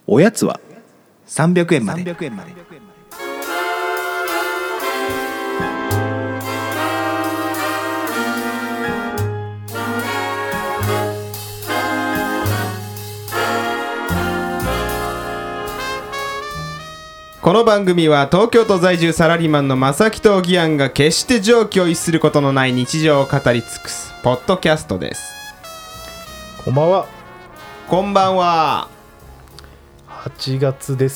おやつは300円まで。 この番組は東京都在住サラリーマンの正木とギアンが決して常軌を逸することのない日常を語り尽くすポッドキャストです。 こんばんは。 こんばんは。 8月です。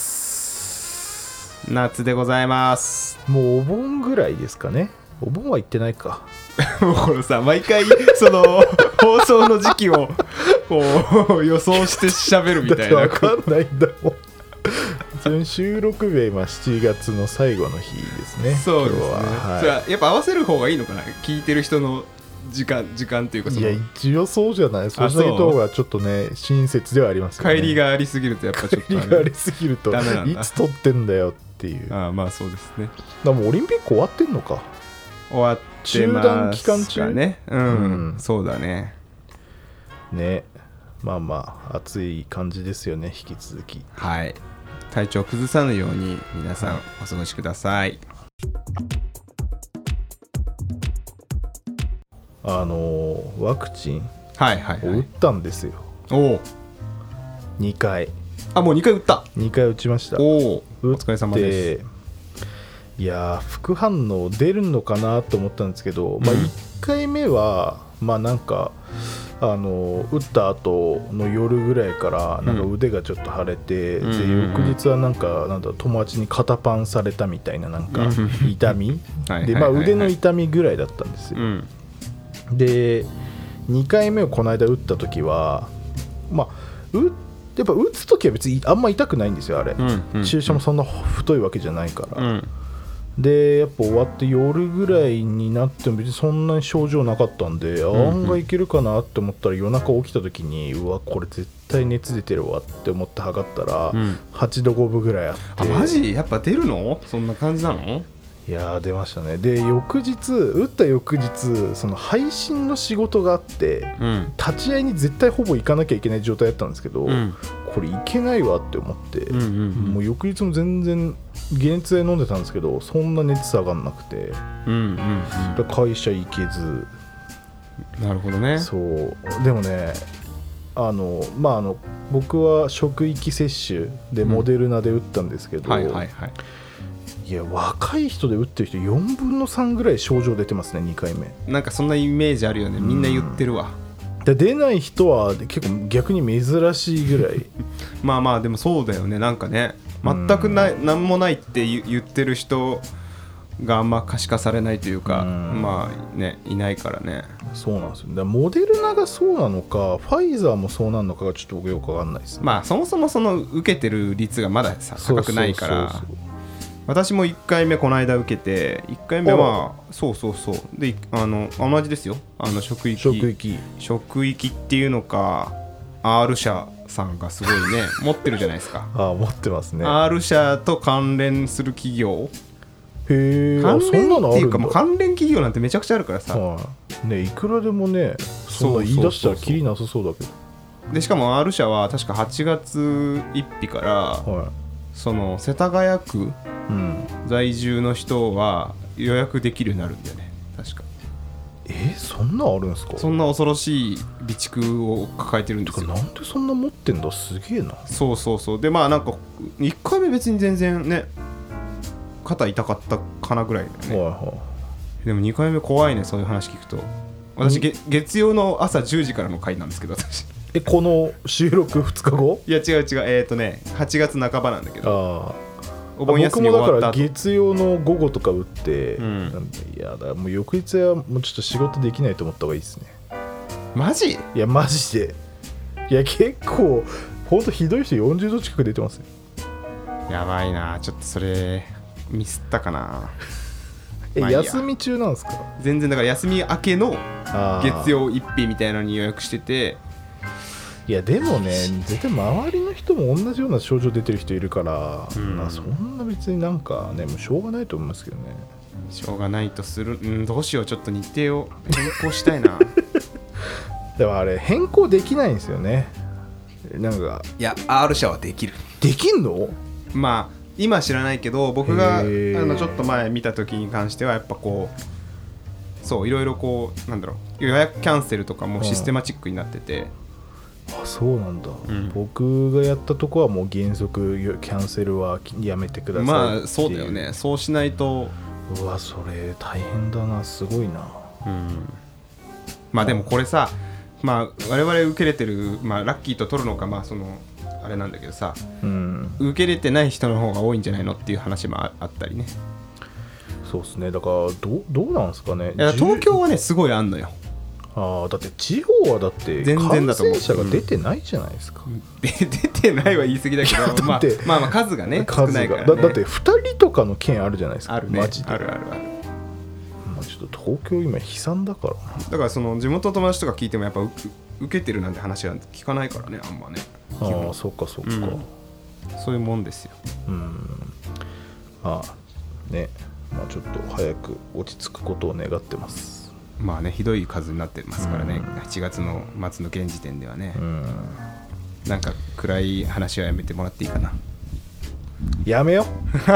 夏でございます。 もうお盆ぐらいですかね。お盆は行ってないか。 もうこのさ、毎回その放送の時期をこう予想して喋るみたいな。 だって分かんないんだもん。収録日は今7月の最後の日ですね。 そうですね。 はい、 それはやっぱ合わせる方がいいのかな。聞いてる人の時間っていうか、そのいや一応そうじゃない。そうしない方がちょっとね親切ではありますよね。 帰りがありすぎるとやっぱちょっと帰りがありすぎるとダメなんだ。 いつ撮ってんだよっていう。 ああ、まあそうですね。 だもうオリンピック終わってんのか。 終わってますかね。 中断期間中ね。うん、そうだね。 ね、まあまあ暑い感じですよね。引き続き。 はい。体調を崩さぬように皆さんお過ごしください。 ワクチンを打ったんですよ。 お 2回。 あ、もう2回打った。 2回打ちました。 お疲れ様です。 いや副反応出るのかなと思ったんですけど、まあ、1回目はまあなんか打った後の夜ぐらいからなんか腕がちょっと腫れて、で翌日はなんか友達に肩パンされたみたいななんか痛みで、まあ腕の痛みぐらいだったんですよ。で2回目をこの間打った時はまあやっぱ打つ時は別にあんま痛くないんですよあれ、注射もそんな太いわけじゃないから、でやっぱ終わって夜ぐらいになっても別にそんなに症状なかったんで、案外いけるかなって思ったら夜中起きた時にうわこれ絶対熱出てるわって思って測ったら、8度5分ぐらいあって。 あ、マジ？やっぱ出るの？そんな感じなの？ いや出ましたね。で打った翌日その配信の仕事があって、立ち会いに絶対ほぼ行かなきゃいけない状態だったんですけど、これいけないわって思って、もう翌日も全然解熱剤飲んでたんですけどそんな熱下がんなくて、会社行けず。 なるほどね。 そうでもね僕は職域接種でモデルナで打ったんですけど、いや若い人で打ってる人4分の3ぐらい症状出てますね。2回目なんかそんなイメージあるよね。みんな言ってるわ。 で出ない人は結構逆に珍しいぐらいまあまあでもそうだよね。なんかね全く何もないって言ってる人があんま可視化されないというか、まあねいないからね。 そうなんですよ。だモデルナがそうなのかファイザーもそうなのかがちょっと僕よく分かんないですね。 まあそもそもその受けてる率がまださ高くないから。私も1回目この間受けて1回目はそうで同じですよ。職域っていうのか R 社さんがすごいね持ってるじゃないですか。 持ってますね。 R 社と関連する企業。 へえ。 関連っていうかもう関連企業なんてめちゃくちゃあるからさ、 ね、いくらでもねそんな言い出したらキリなさそうだけど。 でしかも R 社は確か8月1日から、その世田谷区在住の人は予約できるようになるんだよね確か。 そんなあるんですか。 そんな恐ろしい備蓄を抱えてるんですよ。 なんでそんな持ってんだ。すげえな。 そうでまあなんか1回目別に全然ね肩痛かったかなぐらいだよね、でも2回目怖いねそういう話聞くと。私月曜の朝10時からの回なんですけど私この収録2日後。 いや違う8月半ばなんだけど、お盆休僕もみ終わった後。 だから月曜の午後とか打って、いやだからもう翌日はもうちょっと仕事できないと思った方がいいですね。 マジ？ いやマジで。いや結構ほんとひどい人40度近く出てますよ。 やばいな。ちょっとそれミスったかな。 休み中なんですか。 全然だから休み明けの月曜1日みたいなのに予約してて。 いやでもね絶対周りの人も同じような症状出てる人いるから、そんな別になんかねもうしょうがないと思いますけどね。 しょうがないとする。どうしよう。ちょっと日程を変更したいなでもあれ変更できないんですよね。 なんかいや R 社はできる。 できんの？ まあ今知らないけど僕がへーちょっと前見た時に関してはやっぱこうそういろいろこうなんだろう予約キャンセルとかもシステマチックになってて、 あ、そうなんだ、 ん僕がやったとこはもう原則キャンセルはやめてくださいまあそうだよね。そうしないとうわそれ大変だな、すごいな。 まあでもこれさ、まあ我々受けれてる、まあラッキーと取るのか、まあそのあれなんだけどさ、受けれてない人の方が多いんじゃないのっていう話もあったりね。 そうですね。だからどうなんですかね。 いや東京はねすごいあんのよ。 だって地方はだって全然だと思う感染者が出てないじゃないですか、 出てないは言い過ぎだけどだってまあ数がね少ないからね。 だって2人とかの県あるじゃないですか。 あるね。 マジである。 まあ、ちょっと東京今悲惨だからな。 だからその地元の友達とか聞いてもやっぱ受けてるなんて話は聞かないからね、あんまね。 ああ、そっかそっか、 そういうもんですよ。 ね、まあちょっと早く落ち着くことを願ってます。 まあね、ひどい数になってますからね、7月の末の現時点ではね。なんか暗い話はやめてもらっていいかな。 やめよ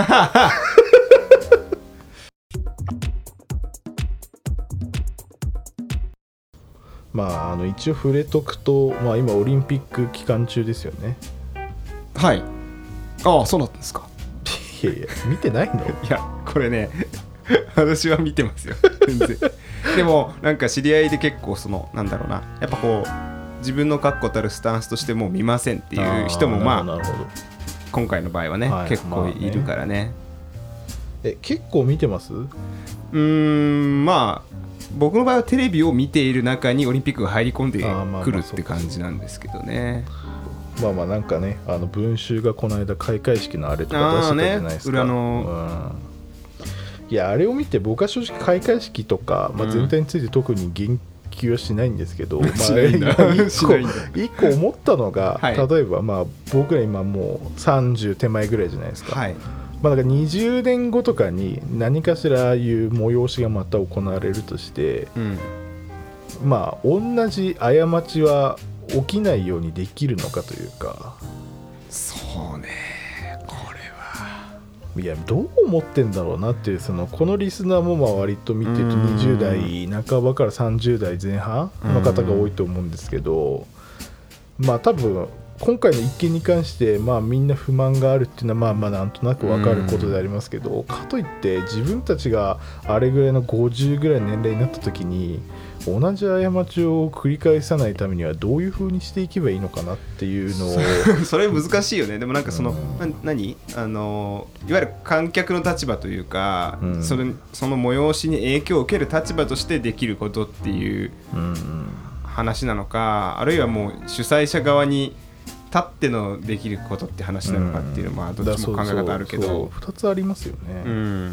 まあ一応触れとくと、まあ今オリンピック期間中ですよね。 はい。ああ、そうだったんですか。 いやいや、見てないの？ いや、これね私は見てますよ全然。でもなんか知り合いで結構そのなんだろうな、やっぱこう自分の確固たるスタンスとしてもう見ませんっていう人もまあ今回の場合はね、結構いるからね。 結構見てます？ まあ僕の場合はテレビを見ている中にオリンピックが入り込んでくるって感じなんですけどね。 まあまあなんかね、文集がこの間開会式のあれとか出してたじゃないですか。 裏の、 いや、あれを見て僕は正直開会式とか、まあ、全体について特に言及はしないんですけど、一個思ったのが、例えばまあ僕ら今もう30手前ぐらいじゃないですか。まあ、だから20年後とかに何かしらいう催しがまた行われるとして、まあ同じ過ちは起きないようにできるのかというか。 そうね、これはいやどう思ってんだろうなっていう、このリスナーもまあ割と見てると20代半ばから30代前半の方が多いと思うんですけど、まあ多分今回の一件に関してまあみんな不満があるっていうのはまあなんとなく分かることでありますけど、かといって自分たちがあれぐらいの50ぐらいの年齢になった時に同じ過ちを繰り返さないためにはどういう風にしていけばいいのかなっていうのをそれ難しいよね。でもなんかその、何いわゆる観客の立場というか、その催しに影響を受ける立場としてできることっていう話なのか、あるいはもう主催者側に立ってのできることって話なのかっていうのはどっちも考え方あるけど、 2つありますよね。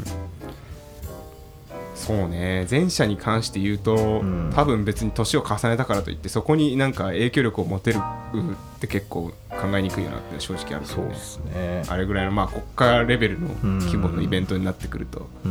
そうね、前者に関して言うと、多分別に年を重ねたからといってそこになんか影響力を持てるって結構考えにくいよなって正直あるけどね。 そうですね。 あれぐらいのまあ国家レベルの規模のイベントになってくると、そう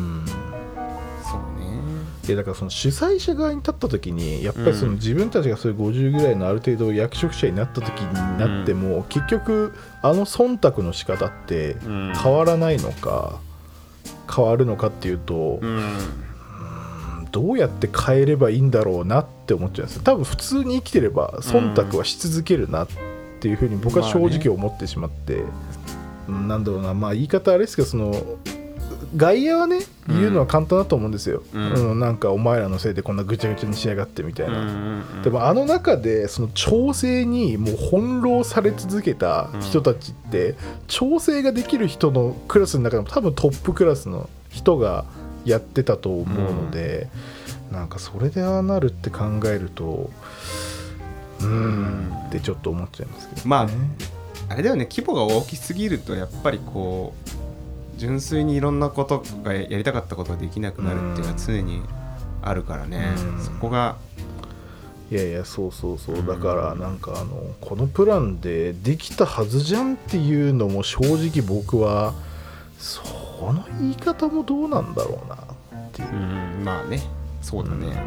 ね。 だからその主催者側に立った時にやっぱりその自分たちがそういう50ぐらいのある程度役職者になった時になっても、結局忖度の仕方って変わらないのか、変わるのかっていうと、どうやって変えればいいんだろうなって思っちゃうんですよ。多分普通に生きてれば忖度はし続けるなっていうふうに僕は正直思ってしまって、なんだろうな、まあ言い方あれですけど、外野はね言うのは簡単だと思うんですよ。なんかお前らのせいでこんなぐちゃぐちゃにしやがってみたいな。でも中でその調整にもう翻弄され続けた人たちって、調整ができる人のクラスの中でも多分トップクラスの人がやってたと思うので、なんかそれでああなるって考えるとってちょっと思っちゃいますけどね。 まああれだよね、規模が大きすぎるとやっぱりこう純粋にいろんなことがやりたかったことができなくなるっていうのは常にあるからね。そこがいやそうだからなんかこのプランでできたはずじゃんっていうのも正直僕はその言い方もどうなんだろうなっていう。 まあね、そうだね。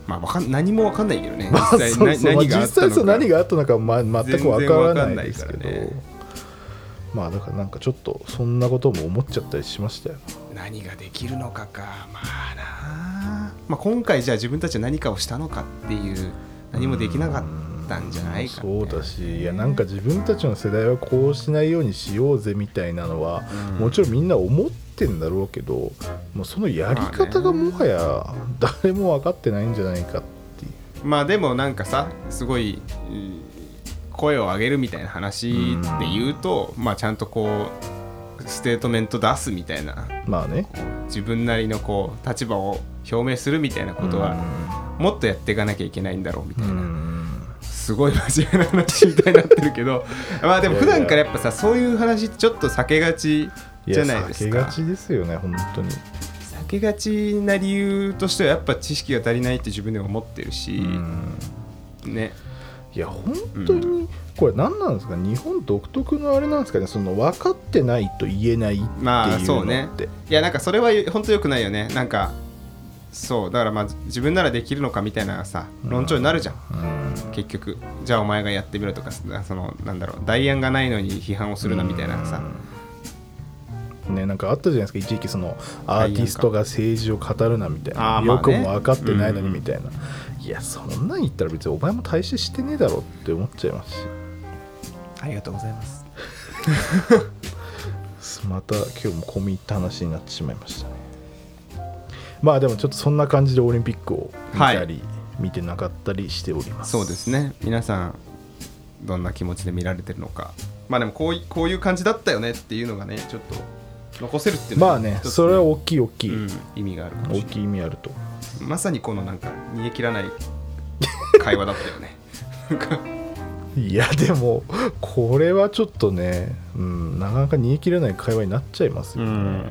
まあ何も分かんないけどね、 まあ、 実際何があったのか、 実際そう何があったのか、全く分からないですけど、 全然分かんないからね。 まあだからなんかちょっとそんなことも思っちゃったりしましたよ。 何ができるのかか、まあな、まあ、今回じゃあ自分たちは何かをしたのかっていう、何もできなかったんじゃないか、ね、 そうだし、いやなんか自分たちの世代はこうしないようにしようぜみたいなのは、もちろんみんな思ってんだろうけど、もうそのやり方がもはや誰も分かってないんじゃないかっていう。 まあでもなんかさ、すごい声を上げるみたいな話で言うと、まあちゃんとこうステートメント出すみたいな、まあね、自分なりのこう立場を表明するみたいなことはもっとやっていかなきゃいけないんだろうみたいな、すごい真面目な話みたいになってるけどまあでも普段からやっぱさ、そういう話ちょっと避けがちじゃないですか。 避けがちですよね、本当に。 避けがちな理由としてはやっぱ知識が足りないって自分でも思ってるし、ね。 いや本当にこれ何なんですか、日本独特のあれなんですかね、その分かってないと言えないっていうのって。 まあそうね。いやなんかそれは本当良くないよね。なんかそうだから、まあ自分ならできるのかみたいなさ論調になるじゃん、結局。じゃあお前がやってみろとか、そのなんだろう、代案がないのに批判をするなみたいなさ、 ね、なんかあったじゃないですか、一時期そのアーティストが政治を語るなみたいな、よくも分かってないのにみたいな、いやそんなん言ったら別にお前も大してしてねえだろって思っちゃいますし。 ありがとうございますまた今日も込み入った話になってしまいましたね。まあでもちょっとそんな感じでオリンピックを見たり、見てなかったりしております。 そうですね、皆さんどんな気持ちで見られてるのか、まあでもこういう感じだったよねっていうのがね、ちょっと残せるっていうのは、 まあね、それは大きい意味があるかもしれない。 大きい意味あると。 まさにこのなんか煮え切らない会話だったよねいやでもこれはちょっとね、なかなか煮え切らない会話になっちゃいますよね。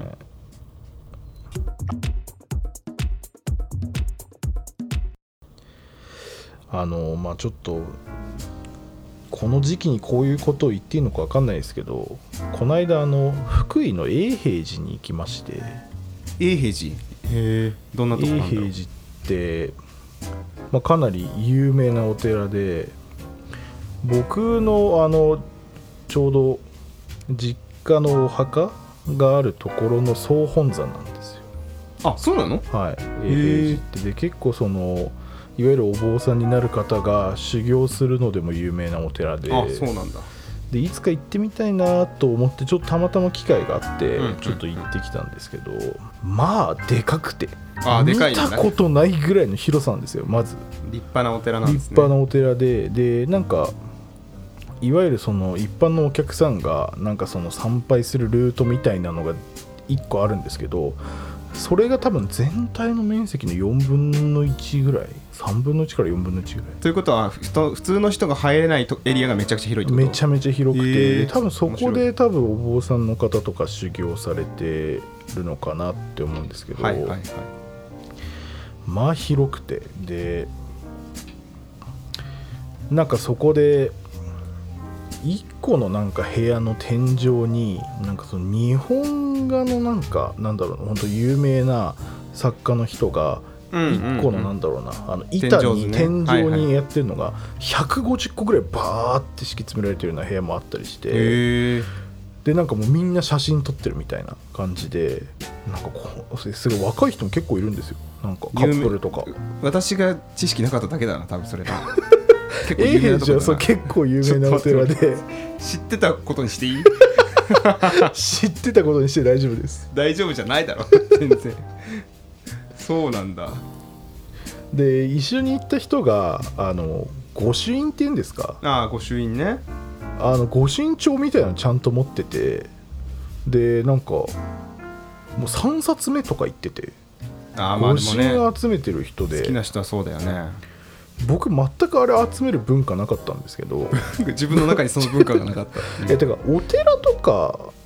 まあちょっとこの時期にこういうことを言っていいのか分かんないですけど、この間福井の永平寺に行きまして。 永平寺、どんなとこなんだろう。 永平寺って、まあ、かなり有名なお寺で、僕のちょうど実家のお墓があるところの総本山なんですよ。 あ、そうなの？ はい。永平寺ってで結構そのいわゆるお坊さんになる方が修行するのでも有名なお寺で。 あ、そうなんだ。 でいつか行ってみたいなと思ってちょっとたまたま機会があってちょっと行ってきたんですけど、まあでかくて見たことないぐらいの広さなんですよ。まず立派なお寺なんですね。 立派なお寺でなんかいわゆるその一般のお客さんがなんかその参拝するルートみたいなのが1個あるんですけど、それが多分全体の面積の4分の1ぐらい、3分の1から4分の1ぐらい。 ということは普通の人が入れないエリアがめちゃくちゃ広いってこと？ めちゃめちゃ広くて、多分そこで多分お坊さんの方とか修行されてるのかなって思うんですけど、まあ広くて、でなんかそこで1個のなんか部屋の天井になんかその日本画のなんかなんだろうな、本当有名な作家の人が1個のなんだろうな、板に天井にやってるのが150個ぐらいバーって敷き詰められてるような部屋もあったりして、でなんかもうみんな写真撮ってるみたいな感じで、なんかすごい若い人も結構いるんですよ。なんかカップルとか。 私が知識なかっただけだな、多分それが永平寺は結構有名なお寺で知ってたことにしていい？ 知ってたことにして大丈夫です。 大丈夫じゃないだろ全然そうなんだ。 で一緒に行った人が御朱印っていうんですか。 ああ、御朱印ね。 御朱印帳みたいなのちゃんと持ってて、でなんかもう3冊目とか行ってて、御朱印集めてる人で、 好きな人はそうだよね。 僕全くあれ集める文化なかったんですけど自分の中にその文化がなかったてかお寺とか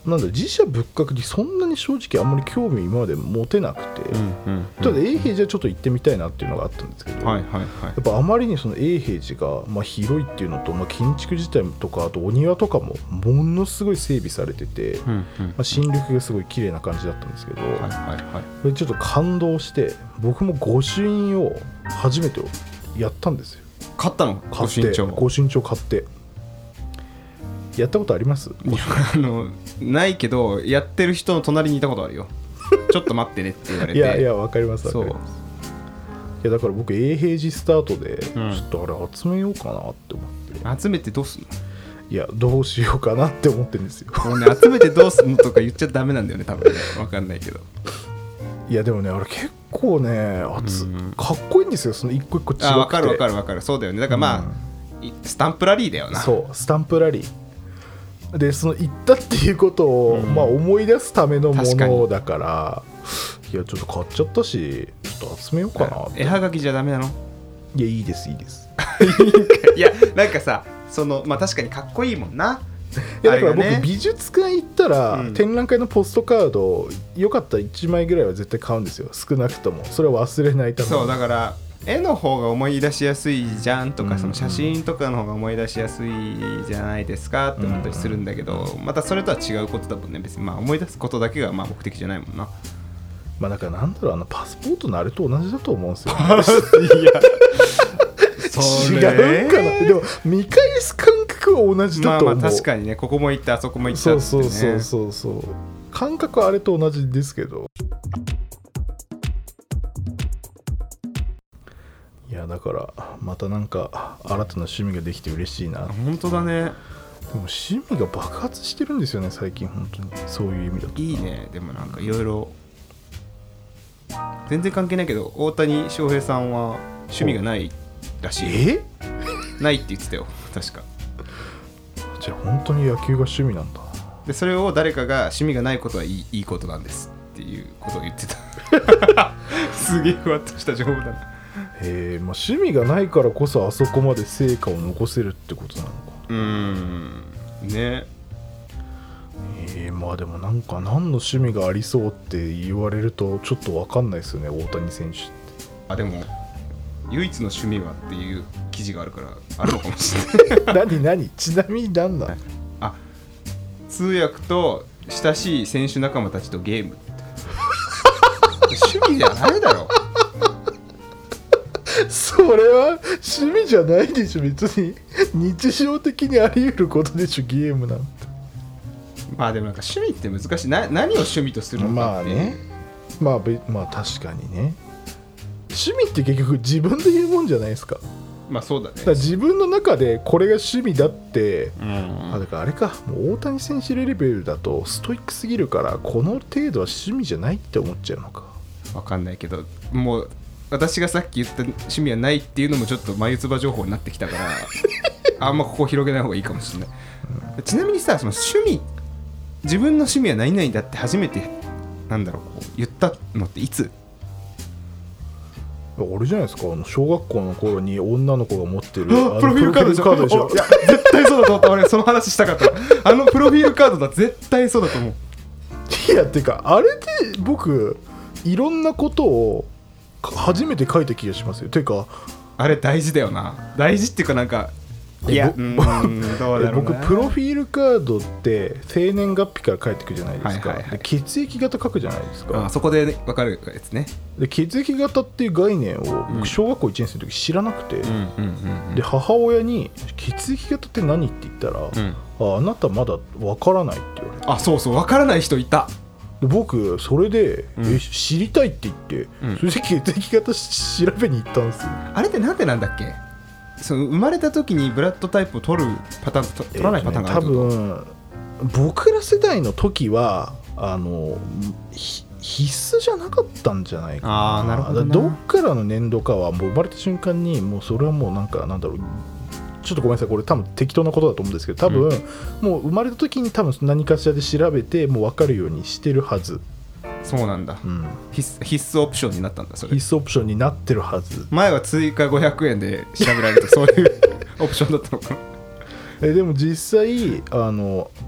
なんだ自社仏閣にそんなに正直あんまり興味今まで持てなくて、ただ永平寺はちょっと行ってみたいなっていうのがあったんですけど、やっぱあまりにその永平寺が広いっていうのと、建築自体とかあとお庭とかもものすごい整備されてて、新緑がすごい綺麗な感じだったんですけど、それちょっと感動して僕も御朱印を初めてやったんですよ。 買ったの？ 御朱印帳買ってやったことあります？ ないけどやってる人の隣にいたことあるよ。ちょっと待ってねって言われて。 いやわかりますわかります。いやだから僕永平寺スタートでちょっとあれ集めようかなって思って、 集めてどうすんの？ いやどうしようかなって思ってるんですよ。 もうね、集めてどうすんのとか言っちゃダメなんだよね多分ね。わかんないけど。 いやでもねあれ結構ねかっこいいんですよ、その一個一個違くて。 わかるそうだよね。だからスタンプラリーだよな。 そうスタンプラリーで、その行ったっていうことを、思い出すためのものだから、いやちょっと買っちゃったしちょっと集めようかなって。 絵はがきじゃダメなの？ いやいいですいやなんかさ確かにかっこいいもんな。 いやだから僕美術館行ったら、展覧会のポストカードよかったら1枚ぐらいは絶対買うんですよ、少なくとも。それは忘れないために。 そうだから絵の方が思い出しやすいじゃんとか、その写真とかの方が思い出しやすいじゃないですかって思ったりするんだけど、またそれとは違うことだもんね。別に思い出すことだけが目的じゃないもんな。 だからなんだろう、パスポートのあれと同じだと思うんですよ、 いや違うかな。でも見返す感覚は同じだと思う。 確かにね、ここも行ってあそこも行ったってね。 そう感覚はあれと同じですけど、いやだからまたなんか新たな趣味ができて嬉しいな。 本当だね。 でも趣味が爆発してるんですよね最近、本当に。そういう意味だといいね。でもなんかいろいろ全然関係ないけど、大谷翔平さんは趣味がないらしい。ないって言ってたよ確か。 じゃあ本当に野球が趣味なんだ。 でそれを誰かが趣味がないことはいいことなんですっていうことを言ってたすげえふわっとした情報だな。 趣味がないからこそあそこまで成果を残せるってことなのか。 ね。 でもなんか何の趣味がありそうって言われるとちょっと分かんないですよね、大谷選手って。 でも唯一の趣味はっていう記事があるからあるのかもしれない何ちなみに何だ。 通訳と親しい選手仲間たちとゲームって趣味じゃないだろそれは趣味じゃないでしょ、別に日常的にあり得ることでしょゲームなんて。 でもなんか趣味って難しい。何を趣味とするのかっていう。 確かにね。趣味って結局自分で言うもんじゃないですか。 そうだね。 だから自分の中でこれが趣味だって、だからあれか、もう大谷選手レベルだとストイックすぎるからこの程度は趣味じゃないって思っちゃうのか。 分かんないけど、もう私がさっき言った趣味はないっていうのもちょっと眉唾情報になってきたからあんまここ広げない方がいいかもしれない、ちなみにさ、その趣味、自分の趣味は何々だって初めて言ったのっていつ？ あれじゃないですか、小学校の頃に女の子が持ってるプロフィールカードでしょ。いや絶対そうだと思った。俺その話したかった。プロフィールカードだ、絶対そうだと思う。 いやてかあれで僕いろんなことを初めて書いた気がしますよ。てかあれ大事だよな。大事っていうかなんかどうだろうな。 僕プロフィールカードって生年月日から書いてくるじゃないですか、で血液型書くじゃないですか。 そこで分かるやつね。で血液型っていう概念を僕小学校1年生の時知らなくて、で母親に血液型って何って言ったら、あなたまだ分からないって言われて。 そう分からない人いた。 で僕それで、知りたいって言って、それで血液型調べに行ったんですよ。 あれってなんでなんだっけ？生まれた時にブラッドタイプを取るパターン、取らないパターンがあるってこと？ 多分僕ら世代の時は必須じゃなかったんじゃないかな。 なるほどな。 どっからの年度かはもう生まれた瞬間にもうそれはもうなんだろう、ちょっとごめんなさい、これ多分適当なことだと思うんですけど、多分、もう生まれた時に多分何かしらで調べてもう分かるようにしてるはず。 そうなんだ、必須オプションになったんだ。それ必須オプションになってるはず。 前は追加500円で調べら血液型そういうオプションだったのかな。 でも実際血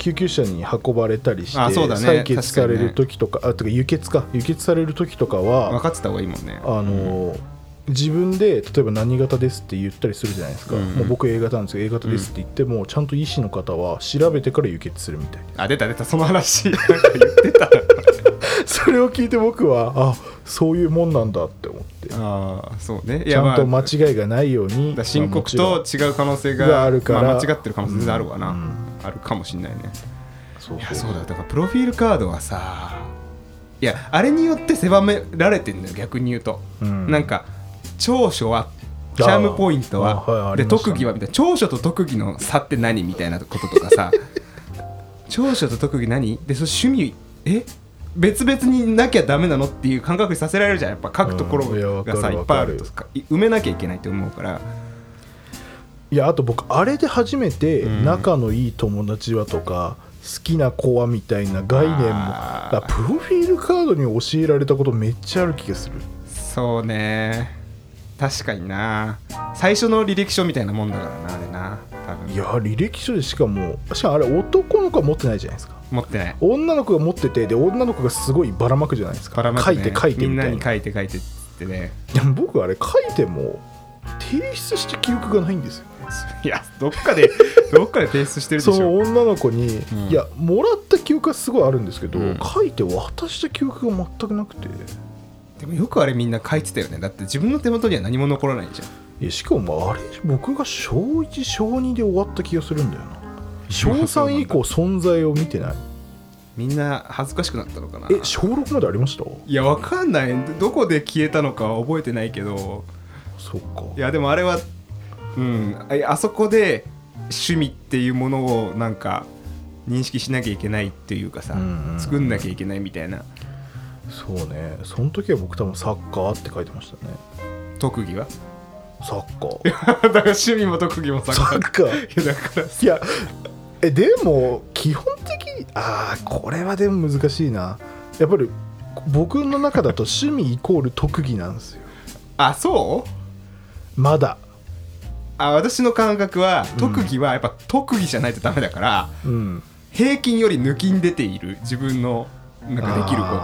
救急車に運ばれたりして、 そうだね、 採血される時とか、とか輸血される時とかは分かってた方がいいもんね。 自分で例えば何型ですって言ったりするじゃないですか、もう僕 A 型なんですけど A 型ですって言っても、ちゃんと医師の方は調べてから輸血するみたいな。 出たその話なんか言ってたそれを聞いて僕はそういうもんなんだって思って、 そうね、 ちゃんと間違いがないように、 申告と違う可能性があるから、 間違ってる可能性あるわな、あるかもしれないね。 そうだからプロフィールカードはさ、いやあれによって狭められてんだよ、逆に言うと、なんか長所はチャームポイントはで特技はみたいな、長所と特技の差って何みたいなこととかさ長所と特技何で、趣味別々になきゃダメなのっていう感覚にさせられるじゃん。やっぱ書くところがさ、いっぱいあるとか埋めなきゃいけないって思うから。 いや、あと僕あれで初めて仲のいい友達はとか、好きな子はみたいな概念もプロフィールカードに教えられたことめっちゃある気がする。 そうね、確かにな。最初の履歴書みたいなもんだからな、あれな、多分。 いや履歴書でしかもあれ男の子は持ってないじゃないですか。 持ってない。 女の子が持ってて、で女の子がすごいばらまくじゃないですか。 ばらまくね、 書いてみたいな。 みんなに書いてってね。 でも僕あれ書いても提出した記憶がないんですよね。 いや、どっかで提出してるでしょ。 その女の子に、いやもらった記憶はすごいあるんですけど、書いて渡した記憶が全くなくて。 でもよくあれみんな書いてたよね。だって自分の手元には何も残らないじゃん。 いやしかもあれ僕が小1小2で終わった気がするんだよな。小3以降存在を見てない。 みんな恥ずかしくなったのかな。 小6までありました？ いやわかんない、どこで消えたのかは覚えてないけど。 そっか。 いやでもあれはあそこで趣味っていうものをなんか認識しなきゃいけないっていうかさ、作んなきゃいけないみたいな。 そうね、その時は僕多分サッカーって書いてましたね。 特技はサッカーだから趣味も特技もサッカー。 いやだからいやでも基本的にこれはでも難しいな。やっぱり僕の中だと趣味イコール特技なんですよ。 そうまだ私の感覚は特技はやっぱ特技じゃないとダメだから、平均より抜きん出ている自分のなんかできること。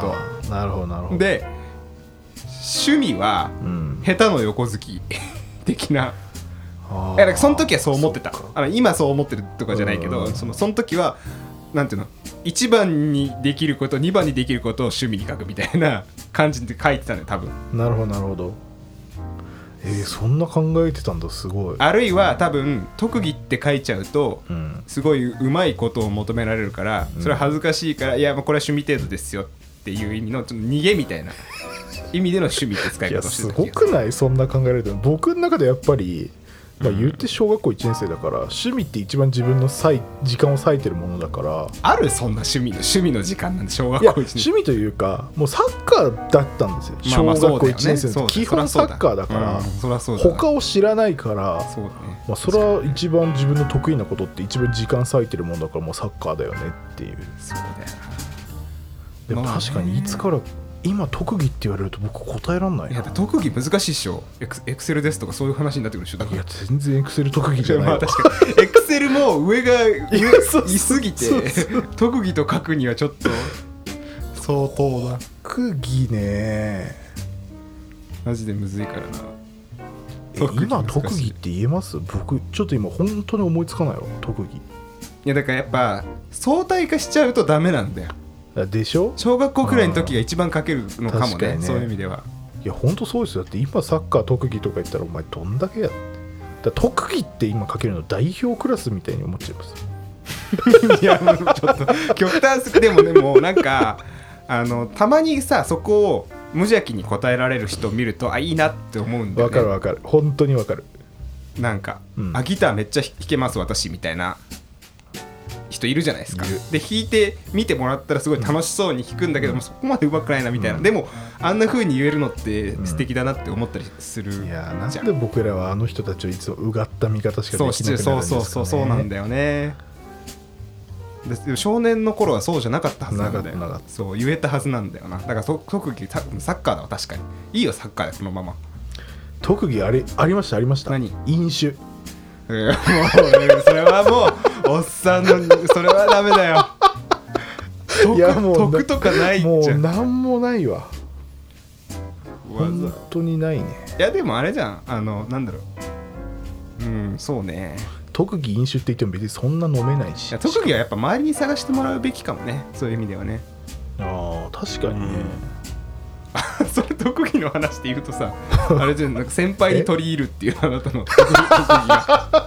なるほどなるほど。 で趣味は下手の横好き的な。その時はそう思ってた。今そう思ってるとかじゃないけど、その時はなんていうの、1番にできること2番にできることを趣味に書くみたいな感じで書いてたね多分。 なるほどなるほど。そんな考えてたんだ、すごい。 あるいは多分特技って書いちゃうと、すごいうまいことを求められるから、それは恥ずかしいから、いやもうこれは趣味程度ですよっていう意味のちょっと逃げみたいな意味での趣味って使い方をしてた。 すごくない？そんな考えられてる。僕の中でやっぱり言って小学校1年生だから、趣味って一番自分の時間を割いてるものだから。 あるそんな趣味の時間なんで小学校1年生。 趣味というかもうサッカーだったんですよ、小学校1年生の時。基本サッカーだから、他を知らないから、それは一番自分の得意なことって一番時間割いてるものだから、もうサッカーだよねっていう。 そうだよな。でも確かにいつから今特技って言われると僕答えらんないな。 いや特技難しいっしょ。エクセルですとかそういう話になってくるでしょ。だからいや全然エクセル特技じゃないわ。 確かにエクセルも上がいすぎて特技と書くにはちょっと相当だ。 特技ね、 マジでむずいからな。 今特技って言えます？僕ちょっと今本当に思いつかないわ特技。 いやだからやっぱ相対化しちゃうとダメなんだよ。 でしょ。 小学校くらいの時が一番書けるのかも ね、そういう意味では。 いや本当そうですよ。だって今サッカー特技とか言ったらお前どんだけやって。だ特技って今書けるの代表クラスみたいに思っちゃいます。 いやもうちょっと極端すぎ。でもなんかたまにさそこを無邪気に答えられる人を見るといいなって思うんだよね。 わかる本当にわかる。 なんか、ギターめっちゃ弾けます私みたいな人いるじゃないですか。で弾いてみてもらったらすごい楽しそうに弾くんだけども、そこまで上手くないなみたいな、でもあんな風に言えるのって素敵だなって思ったりする。 いやなんで僕らはあの人たちをいつもうがった見方しかできなくなるんですかね。 そうなんだよね。で少年の頃はそうじゃなかったはずなんだよ。そう言えたはずなんだよな。だから特技サッカーだわ。確かにいいよサッカーでそのまま。 特技ありました。 何？ 飲酒。 もうそれはもうおっさんのそれはダメだよ。 いやもう得とかないじゃん。 もうなんもないわ。本当にないね。 いやでもあれじゃん、なんだろう、そうね、 特技飲酒って言っても別にそんな飲めないし。 いや特技はやっぱ周りに探してもらうべきかもね、そういう意味ではね。 ああ確かにね、 それ特技の話で言うとさあれじゃん、なんか先輩に取り入るっていうあなたの特技が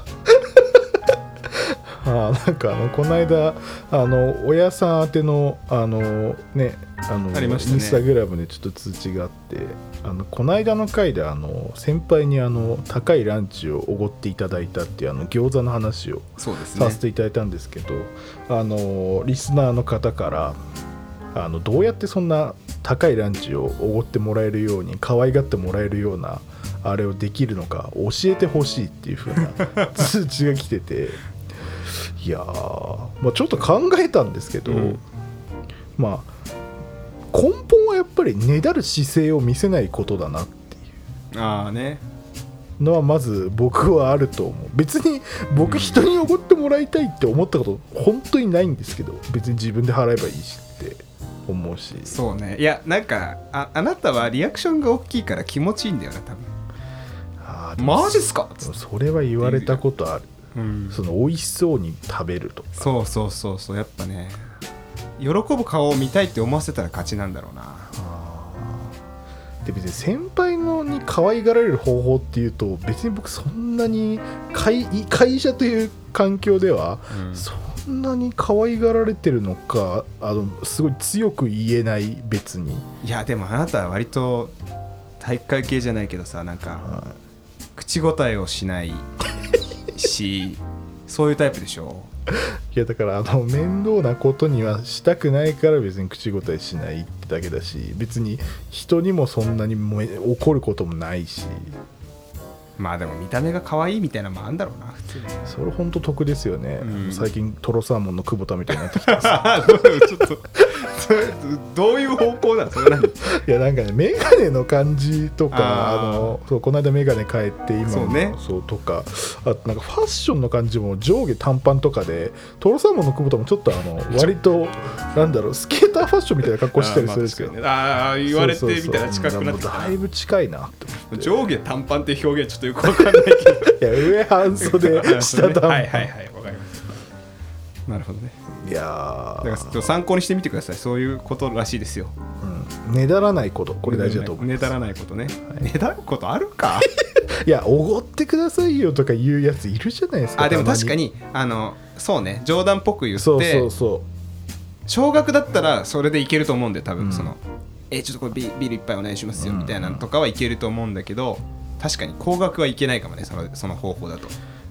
なんかこの間親さん宛てのねありましたね、 インスタグラムでちょっと通知があって、この間の回で先輩に高いランチをおごっていただいたっていう餃子の話をそうですねさせていただいたんですけど、リスナーの方からどうやってそんな高いランチをおごってもらえるように可愛がってもらえるようなあれをできるのか教えてほしいっていう風な通知が来てて、いやー、ちょっと考えたんですけど、根本はやっぱりねだる姿勢を見せないことだなっていうのはまず僕はあると思う。別に僕人におごってもらいたいって思ったこと本当にないんですけど、別に自分で払えばいいしって思うし。 そうね、いやなんかあなたはリアクションが大きいから気持ちいいんだよね多分。マジっすか。 それは言われたことある。その美味しそうに食べるとか。 そうやっぱね、喜ぶ顔を見たいって思わせたら勝ちなんだろうな。 で別に先輩のに可愛がられる方法っていうと、別に僕そんなに会社という環境ではそんなに可愛がられてるのかすごい強く言えない。別に。いやでもあなたは割と体育会系じゃないけどさ、なんか、口答えをしないしそういうタイプでしょ。 いやだから面倒なことにはしたくないから別に口答えしないってだけだし、別に人にもそんなに怒ることもないし。 まあでも見た目が可愛いみたいなのもあるんだろうな普通に。 それ本当得ですよね、最近トロサーモンの久保田みたいになってきてちょっとそれどういう方向なのそれ。何いやなんかね、メガネの感じとかそうこの間メガネ変えて今そうね、 そうとか、あとなんかファッションの感じも上下短パンとかで、トロサーモンの久保田もちょっと割となんだろう、スケーターファッションみたいな格好したりするんですけど、 言われてみたら近くなってきたな。 だいぶ近いなって思って。 上下短パンって表現ちょっとよく分かんないけどいや上半袖下短パンはい分かります。なるほどね。 いやだから参考にしてみてください。そういうことらしいですよ。 ねだらないこと、これ大事だと思う。 ねだらないことね、ねだることあるかいやおごってくださいよとか言うやついるじゃないですか。 でも確かにそうね、冗談っぽく言って、 そう少額だったらそれでいけると思うんで、多分ちょっとこれビール一杯お願いしますよみたいなのとかはいけると思うんだけど、確かに高額はいけないかもね、その方法だと。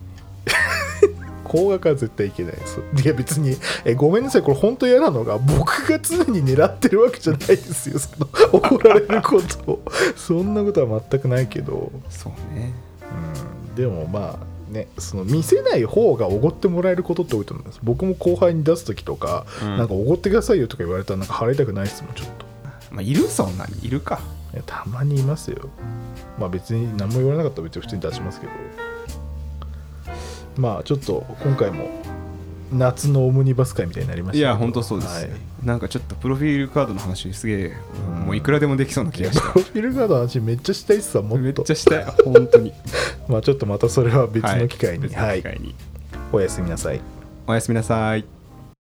高額は絶対いけないです。いや別にごめんなさい、これ本当嫌なのが、僕が常に狙ってるわけじゃないですよ、怒られることをそんなことは全くないけど。 そうね、 でもまあね、見せない方がおごってもらえることって多いと思います。僕も後輩に出す時とか、なんかおごってくださいよとか言われたらなんか払いたくないですもん、ちょっと。 いる、そんなにいるか。 いやたまにいますよ。別に何も言われなかったら別に普通に出しますけど、ちょっと今回も夏のオムニバス会みたいになりましたけど。 いや本当そうです、なんかちょっとプロフィールカードの話すげえ、もういくらでもできそうな気がした。 プロフィールカードの話めっちゃしたいっすわ。もっとめっちゃしたい本当にちょっとまたそれは別の機会に、 別の機会に、 おやすみなさい。 おやすみなさい。